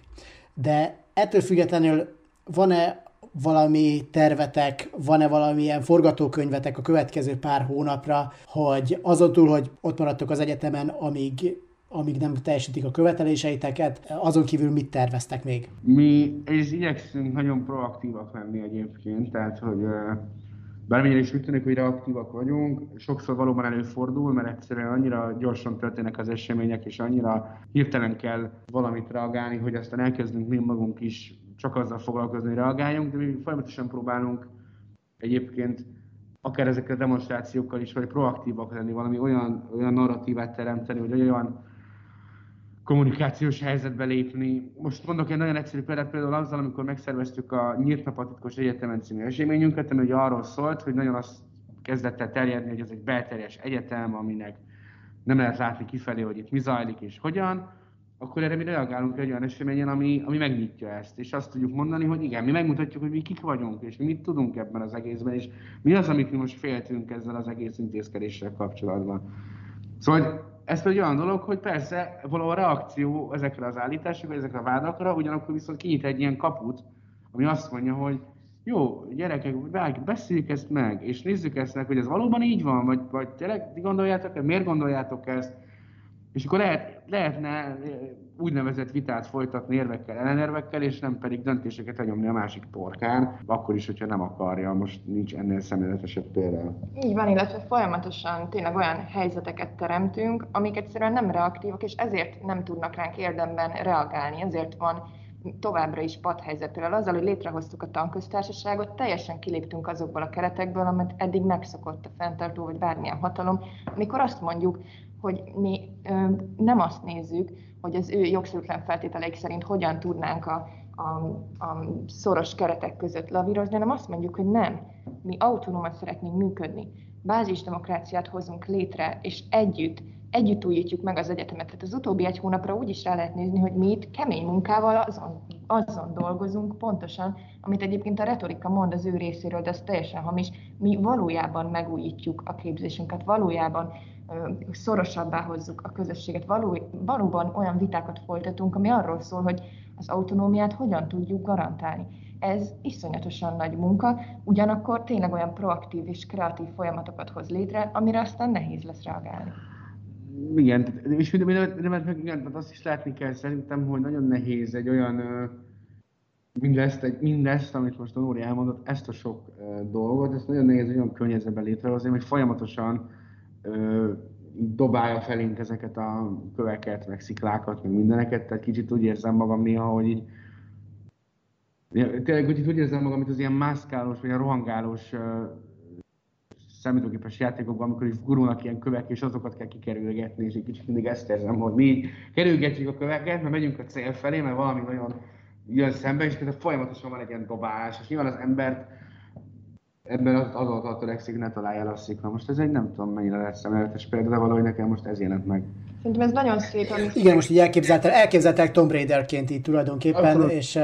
De ettől függetlenül van-e valami tervetek, van-e valamilyen forgatókönyvetek a következő pár hónapra, hogy azon túl, hogy ott maradtok az egyetemen, amíg nem teljesítik a követeléseiteket, azon kívül mit terveztek még? Mi igyekszünk nagyon proaktívak lenni egyébként, tehát hogy bármilyen is úgy tűnik, hogy reaktívak vagyunk, sokszor valóban előfordul, mert egyszerűen annyira gyorsan történnek az események, és annyira hirtelen kell valamit reagálni, hogy aztán elkezdünk mi magunk is csak azzal foglalkozni, hogy reagáljunk, de mi folyamatosan próbálunk egyébként akár ezekkel a demonstrációkkal is, vagy proaktívak lenni, valami olyan narratívát teremteni, vagy olyan kommunikációs helyzetbe lépni. Most mondok egy nagyon egyszerű példát, például azzal, amikor megszerveztük a Nyílt Nap a Titkos Egyetemen című eseményünket, ami ugye arról szólt, hogy nagyon azt kezdett el terjedni, hogy ez egy belterjes egyetem, aminek nem lehet látni kifelé, hogy itt mi zajlik és hogyan, akkor erre mi reagálunk egy olyan eseményen, ami megnyitja ezt. És azt tudjuk mondani, hogy igen, mi megmutatjuk, hogy mi kik vagyunk, és mi mit tudunk ebben az egészben, és mi az, amit mi most féltünk ezzel az egész intézkedéssel kapcsolatban. Szóval ez pedig olyan dolog, hogy persze valahol reakció ezekre az állításokra, ezekre a vádakra, ugyanakkor viszont kinyit egy ilyen kaput, ami azt mondja, hogy jó, gyerekek, beszéljük ezt meg, és nézzük ezt meg, hogy ez valóban így van, vagy tényleg gondoljátok, miért gondoljátok ezt, és akkor lehetne úgynevezett vitát folytatni érvekkel, ellenérvekkel, és nem pedig döntéseket elnyomni a másik torkán, akkor is, hogyha nem akarja, most nincs ennél szemléletesebb példa. Így van, illetve folyamatosan tényleg olyan helyzeteket teremtünk, amik egyszerűen nem reaktívak, és ezért nem tudnak ránk érdemben reagálni, ezért van továbbra is padhelyzet. Például azzal, hogy létrehoztuk a tanköztársaságot, teljesen kiléptünk azokból a keretekből, amit eddig megszokott a fenntartó, vagy bármilyen hatalom, amikor azt mondjuk, hogy mi nem azt nézzük, hogy az ő jogszerűtlen feltételeik szerint hogyan tudnánk a szoros keretek között lavírozni, hanem azt mondjuk, hogy nem, mi autonóman szeretnénk működni. Bázisdemokráciát hozunk létre, és együtt újítjuk meg az egyetemet. Tehát az utóbbi egy hónapra úgy is rá lehet nézni, hogy mi itt kemény munkával azon dolgozunk pontosan, amit egyébként a retorika mond az ő részéről, de ez teljesen hamis. Mi valójában megújítjuk a képzésünket, valójában szorosabbá hozzuk a közösséget, valóban olyan vitákat folytatunk, ami arról szól, hogy az autonómiát hogyan tudjuk garantálni. Ez iszonyatosan nagy munka, ugyanakkor tényleg olyan proaktív és kreatív folyamatokat hoz létre, amire aztán nehéz lesz reagálni. Igen, és igen, azt is látni kell szerintem, hogy nagyon nehéz egy olyan, mindezt, amit most a Nóri elmondott, ezt a sok dolgot, ezt nagyon nehéz olyan környezetben létrehozni, hogy folyamatosan dobálja felénk ezeket a köveket, meg sziklákat, meg mindeneket, tehát kicsit úgy érzem magam néha, hogy így tényleg úgy érzem magam, mint az ilyen mászkálós, vagy a rohangálós számítógépes játékokban, amikor így gurulnak ilyen kövek, és azokat kell kikerülgetni, és egy kicsit mindig ezt érzem, hogy mi így kerülgetjük a köveket, mert megyünk a cél felé, mert valami nagyon jön szembe, és folyamatosan van egy ilyen dobálás, és nyilván az embert ebben az törekszik, ne találja el a szikla. Most ez egy nem tudom mennyire lesz szemléletes példa, de valahogy nekem most ez jelent meg. Szerintem ez nagyon szép. Igen, most így elképzeltek Tomb Raiderként így tulajdonképpen, és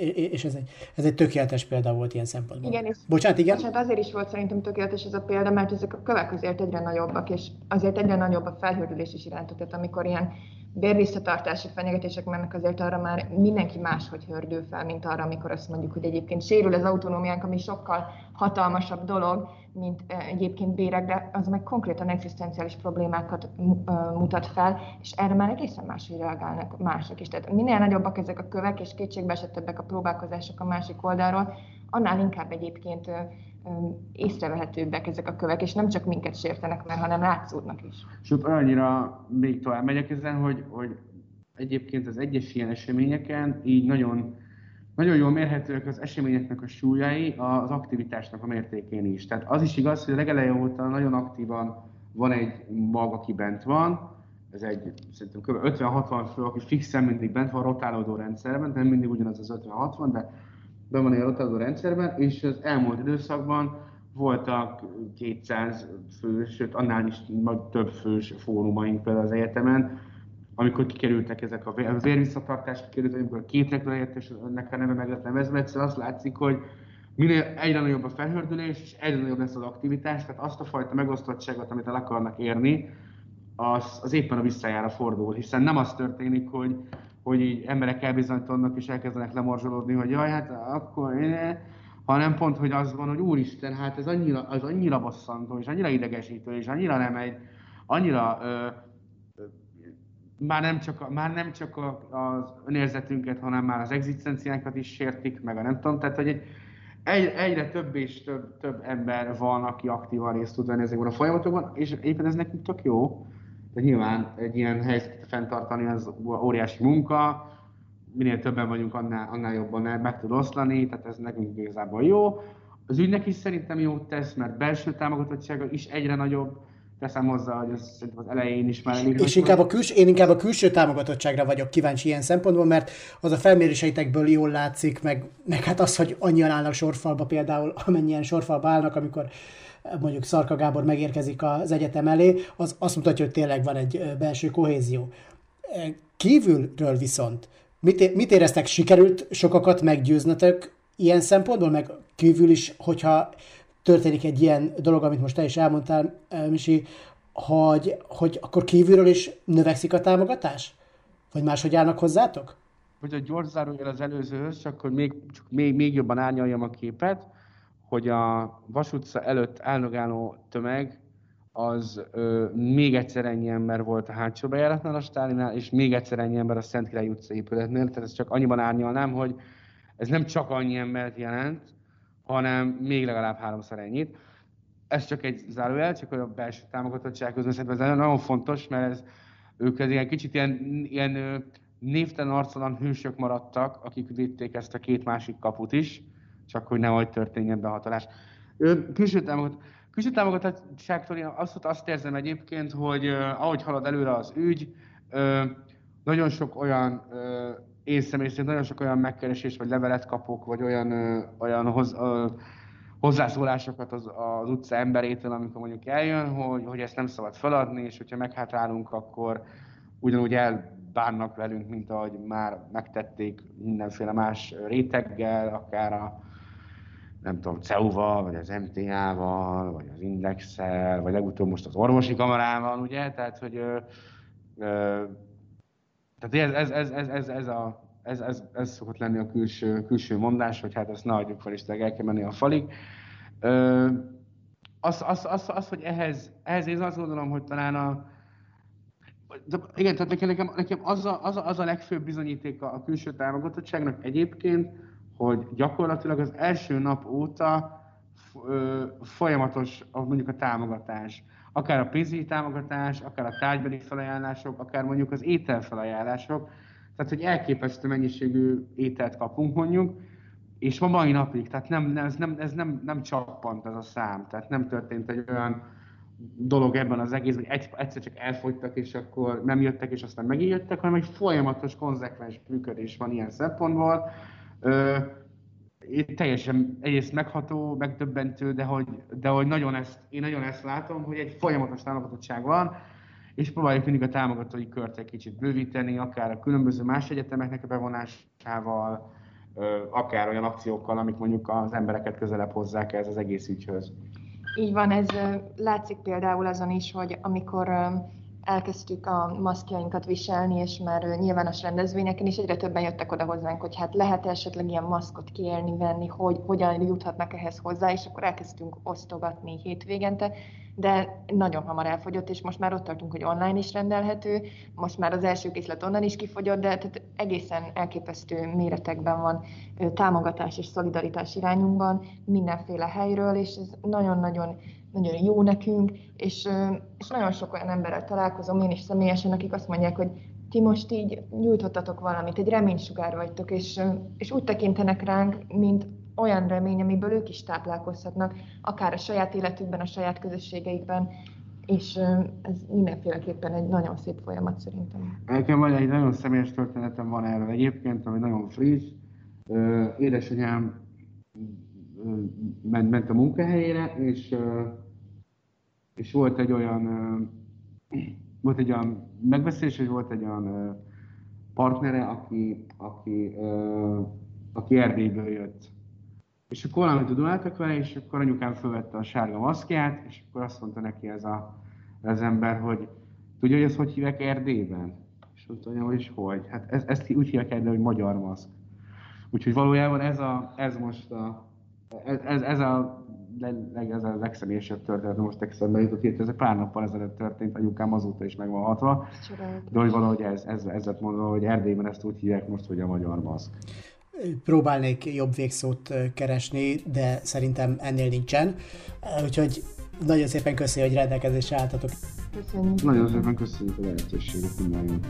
ez egy tökéletes példa volt ilyen szempontból. Igen, Bocsánat, igen? És hát azért is volt szerintem tökéletes ez a példa, mert ezek a kövek azért egyre nagyobbak, és azért egyre nagyobb a felhördülés is iránta. Tehát amikor ilyen bérvisszatartási fenyegetések mennek, azért arra már mindenki máshogy hördül fel, mint arra, amikor azt mondjuk, hogy egyébként sérül az autonómiánk, ami sokkal hatalmasabb dolog, mint egyébként bérek, de az meg konkrétan egzisztenciális problémákat mutat fel, és erre már egészen máshogy reagálnak mások is. Tehát minél nagyobbak ezek a kövek, és kétségbeesettebbek a próbálkozások a másik oldalról, annál inkább egyébként észrevehetőbbek ezek a kövek, és nem csak minket sértenek meg, hanem látszódnak is. Sőt, annyira még tovább megyek ezen, hogy egyébként az egyes ilyen eseményeken így nagyon jól mérhetőek az eseményeknek a súlyai az aktivitásnak a mértékén is. Tehát az is igaz, hogy a legelején óta nagyon aktívan van egy mag, aki bent van, ez egy szerintem kb. 50-60 fő, aki fixen mindig bent van rotálódó rendszerben, nem mindig ugyanaz az 50-60, de be van ilyen rotálódó rendszerben, és az elmúlt időszakban voltak 200 fős, sőt annál is több fős fórumaink például az egyetemen, amikor kikerültek ezek a vérvisszatartás, kikerült, amikor a képekről értes, ennek a neve meg lett nevezve, egyszerűen azt látszik, hogy minél egyre nagyobb a felhördülés, és egyre nagyobb lesz az aktivitás, tehát azt a fajta megosztottságot, amit el akarnak érni, az éppen a visszajára fordul, hiszen nem az történik, hogy így emberek elbizonytalannak és elkezdenek lemorzsolódni, hogy jaj, hát akkor hanem pont, hogy az van, hogy úristen, hát ez annyira bosszantó, és annyira idegesítő, és annyira nem egy, annyira már nem csak az önérzetünket, hanem már az egzisztenciánkat is sértik, meg a nem tudom, tehát hogy egyre több és több ember van, aki aktívan részt tud venni ezekben a folyamatokban, és éppen ez nekünk tök jó. De nyilván egy ilyen helyzetet fenntartani az óriási munka, minél többen vagyunk, annál jobban meg tud oszlani, tehát ez nekünk igazából jó. Az ügynek is szerintem jót tesz, mert belső támogatottsága is egyre nagyobb. Teszem hozzá, hogy ez szerintem az elején is már elég. És én inkább a külső támogatottságra vagyok kíváncsi ilyen szempontból, mert az a felméréseitekből jól látszik, meg hát az, hogy annyian állnak sorfalba például, amennyien sorfalba állnak, amikor mondjuk Szarka Gábor megérkezik az egyetem elé, az azt mutatja, hogy tényleg van egy belső kohézió. Kívülről viszont mit éreztek, sikerült sokakat meggyőznötök ilyen szempontból, meg kívül is, hogyha történik egy ilyen dolog, amit most te is elmondtál, Misi, hogy akkor kívülről is növekszik a támogatás? Vagy máshogy állnak hozzátok? Hogy a gyors zárójel az előzőhöz, csak hogy még jobban árnyaljam a képet, hogy a Vas utca előtt álló tömeg az még egyszer ennyi ember volt a hátsó bejáratnál a Stálinál, és még egyszer ennyi ember a Szentkirály utca épületnél. Tehát ezt csak annyiban árnyalnám, hogy ez nem csak annyi embert jelent, hanem még legalább 3-szor ennyit. Ez csak egy zárójel, csak a belső támogatottság közben szerintem ez nagyon fontos, mert ők ilyen kicsit ilyen névtelen arcolan hősök maradtak, akik védték ezt a két másik kaput is, csak hogy nehogy történjen behatolás. Külső támogatottságtól én azt érzem egyébként, hogy ahogy halad előre az ügy, nagyon sok olyan én személy szerint nagyon sok olyan megkeresés, vagy levelet kapok, vagy olyan hozzászólásokat az utca emberétől, amikor mondjuk eljön, hogy ezt nem szabad feladni, és hogyha meghátrálunk, akkor ugyanúgy elbánnak velünk, mint ahogy már megtették mindenféle más réteggel, akár a nem tudom, CEU-val, vagy az MTA-val, vagy az Index-el, vagy legutóbb most az orvosi kamarával, ugye? Tehát, hogy ez szokott lenni a külső mondás, hogy hát ezt ne adjuk fel, és el kell menni a falig. Hogy ehhez én azt gondolom, hogy talán igen, tehát nekem az a legfőbb bizonyítéka a külső támogatottságnak egyébként, hogy gyakorlatilag az első nap óta folyamatos mondjuk a támogatás. Akár a pénzügyi támogatás, akár a tárgybeli felajánlások, akár mondjuk az ételfelajánlások. Tehát, hogy elképesztő mennyiségű ételt kapunk mondjuk, és ma mai napig, tehát ez nem csappant ez a szám. Tehát nem történt egy olyan dolog ebben az egészben, hogy egyszer csak elfogytak, és akkor nem jöttek, és aztán megint jöttek, hanem egy folyamatos, konzekvens működés van ilyen szempontból. Teljesen egyrészt megható, megdöbbentő, de hogy én nagyon ezt látom, hogy egy folyamatos támogatottság van, és próbáljuk mindig a támogatói kört egy kicsit bővíteni, akár a különböző más egyetemeknek a bevonásával, akár olyan akciókkal, amik mondjuk az embereket közelebb hozzák ez az egész ügyhöz. Így van, ez látszik például azon is, hogy amikor elkezdtük a maszkjainkat viselni, és már nyilvános rendezvényeken is egyre többen jöttek oda hozzánk, hogy hát lehet esetleg ilyen maszkot kérni, venni, hogy hogyan juthatnak ehhez hozzá, és akkor elkezdtünk osztogatni hétvégente, de nagyon hamar elfogyott, és most már ott tartunk, hogy online is rendelhető, most már az első készlet onnan is kifogyott, de tehát egészen elképesztő méretekben van támogatás és szolidaritás irányunkban mindenféle helyről, és ez nagyon-nagyon jó nekünk, és nagyon sok olyan emberrel találkozom, én is személyesen, akik azt mondják, hogy ti most így nyújtottatok valamit, egy reménysugár vagytok, és úgy tekintenek ránk, mint olyan remény, amiből ők is táplálkozhatnak, akár a saját életükben, a saját közösségeikben, és ez mindenféleképpen egy nagyon szép folyamat szerintem. Nekem van egy nagyon személyes történetem van erről egyébként, ami nagyon friss. Édesanyám ment a munkahelyére, és volt egy olyan megbeszélés, hogy volt egy olyan partnere, aki Erdélyből jött. És akkor valamit tudáltak vele, és akkor anyukám fölvette a sárga maszkját, és akkor azt mondta neki az ember, hogy tudja, hogy ezt hogy hívják Erdélyben? És mondta, hogy hogy? Hát ezt úgy hívják Erdélyben, hogy magyar maszk. Úgyhogy valójában ez a legszemélyesebb történet, most eszembe jutott, hogy ez pár nappal ezelőtt történt, anyukám azóta is meg van hatva. De hogy valahogy ez lett mondva, hogy Erdélyben ezt úgy hívják most, hogy a magyar maszk. Próbálnék jobb végszót keresni, de szerintem ennél nincsen. Úgyhogy nagyon szépen köszönjük, hogy rendelkezésre álltatok. Köszönjük. Nagyon szépen köszönjük a lehetőséget mindenjön.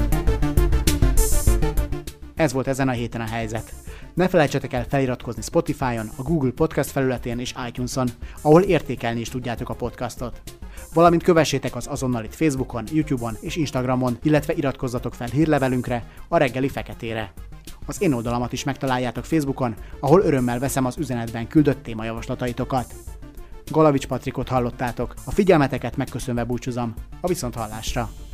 Ez volt ezen a héten a helyzet. Ne felejtsetek el feliratkozni Spotify-on, a Google Podcast felületén és iTunes-on, ahol értékelni is tudjátok a podcastot. Valamint kövessétek az Azonnalit Facebookon, YouTube-on és Instagramon, illetve iratkozzatok fel hírlevelünkre, a Reggeli Feketére. Az én oldalamat is megtaláljátok Facebookon, ahol örömmel veszem az üzenetben küldött témajavaslataitokat. Galavics Patrikot hallottátok, a figyelmeteket megköszönve búcsúzom, a viszonthallásra!